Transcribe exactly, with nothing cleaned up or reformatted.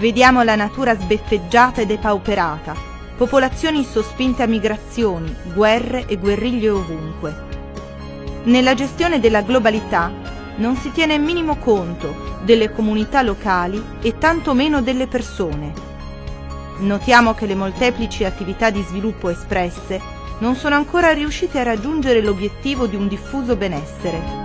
Vediamo la natura sbeffeggiata e depauperata, popolazioni sospinte a migrazioni, guerre e guerriglie ovunque. Nella gestione della globalità non si tiene minimo conto delle comunità locali e tanto meno delle persone. Notiamo che le molteplici attività di sviluppo espresse non sono ancora riuscite a raggiungere l'obiettivo di un diffuso benessere.